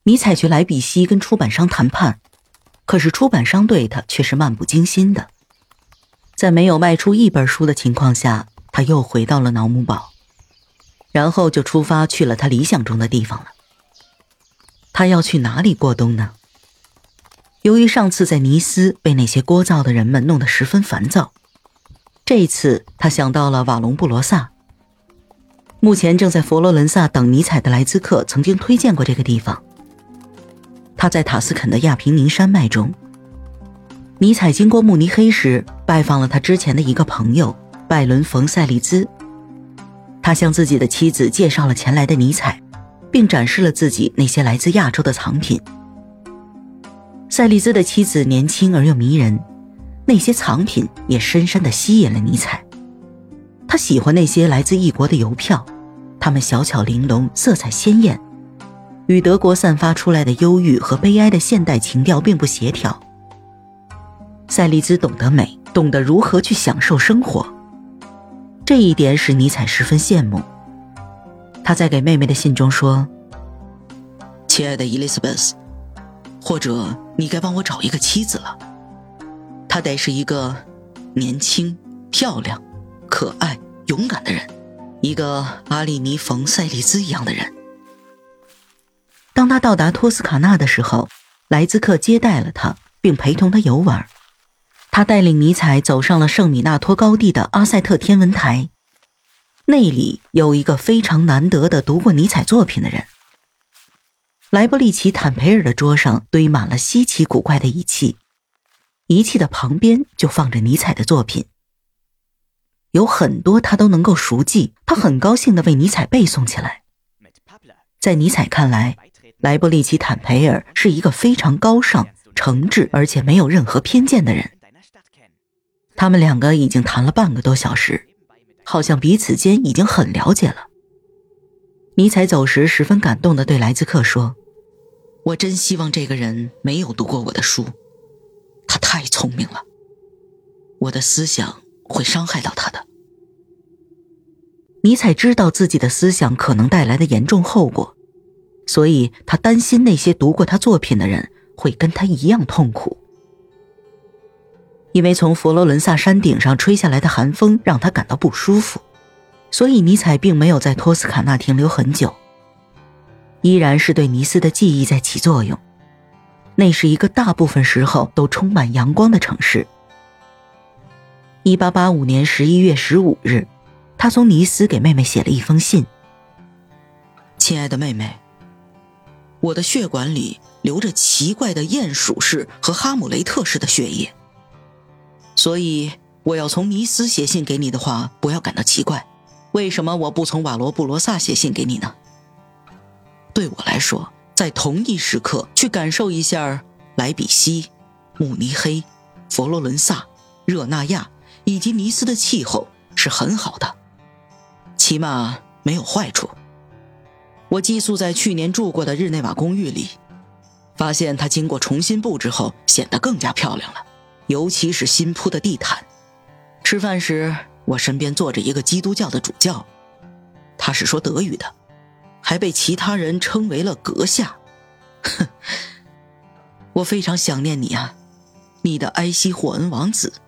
尼采去莱比锡跟出版商谈判，可是出版商对他却是漫不经心的。在没有卖出一本书的情况下，他又回到了瑙姆堡，然后就出发去了他理想中的地方了。他要去哪里过冬呢？由于上次在尼斯被那些聒噪的人们弄得十分烦躁，这一次他想到了瓦隆布罗萨。目前正在佛罗伦萨等尼采的莱兹克曾经推荐过这个地方。他在塔斯肯的亚平宁山脉中，尼采经过慕尼黑时拜访了他之前的一个朋友拜伦·冯·塞利兹。他向自己的妻子介绍了前来的尼采，并展示了自己那些来自亚洲的藏品。塞利兹的妻子年轻而又迷人，那些藏品也深深地吸引了尼采。他喜欢那些来自异国的邮票，它们小巧玲珑，色彩鲜艳，与德国散发出来的忧郁和悲哀的现代情调并不协调。塞利兹懂得美，懂得如何去享受生活，这一点使尼采十分羡慕。他在给妹妹的信中说：亲爱的 Elizabeth， 或者你该帮我找一个妻子了，她得是一个年轻、漂亮、可爱、勇敢的人，一个阿利尼·冯·塞利兹一样的人。当他到达托斯卡纳的时候，莱兹克接待了他，并陪同他游玩。他带领尼采走上了圣米纳托高地的阿塞特天文台，那里有一个非常难得的读过尼采作品的人。莱布利奇·坦培尔的桌上堆满了稀奇古怪的仪器，仪器的旁边就放着尼采的作品，有很多他都能够熟记，他很高兴地为尼采背诵起来。在尼采看来，莱布利奇·坦培尔是一个非常高尚、诚挚而且没有任何偏见的人。他们两个已经谈了半个多小时，好像彼此间已经很了解了。尼采走时十分感动地对莱兹克说：我真希望这个人没有读过我的书，他太聪明了，我的思想会伤害到他的。尼采知道自己的思想可能带来的严重后果，所以他担心那些读过他作品的人会跟他一样痛苦。因为从佛罗伦萨山顶上吹下来的寒风让他感到不舒服，所以尼采并没有在托斯卡纳停留很久，依然是对尼斯的记忆在起作用。那是一个大部分时候都充满阳光的城市。1885年11月15日，他从尼斯给妹妹写了一封信：亲爱的妹妹，我的血管里流着奇怪的鼹鼠式和哈姆雷特式的血液，所以我要从尼斯写信给你的话，不要感到奇怪。为什么我不从瓦罗布罗萨写信给你呢？对我来说，在同一时刻去感受一下莱比锡、慕尼黑、佛罗伦萨、热那亚以及尼斯的气候是很好的，起码没有坏处。我寄宿在去年住过的日内瓦公寓里，发现它经过重新布置后显得更加漂亮了，尤其是新铺的地毯。吃饭时，我身边坐着一个基督教的主教，他是说德语的，还被其他人称为了阁下。我非常想念你啊，你的埃希霍恩王子。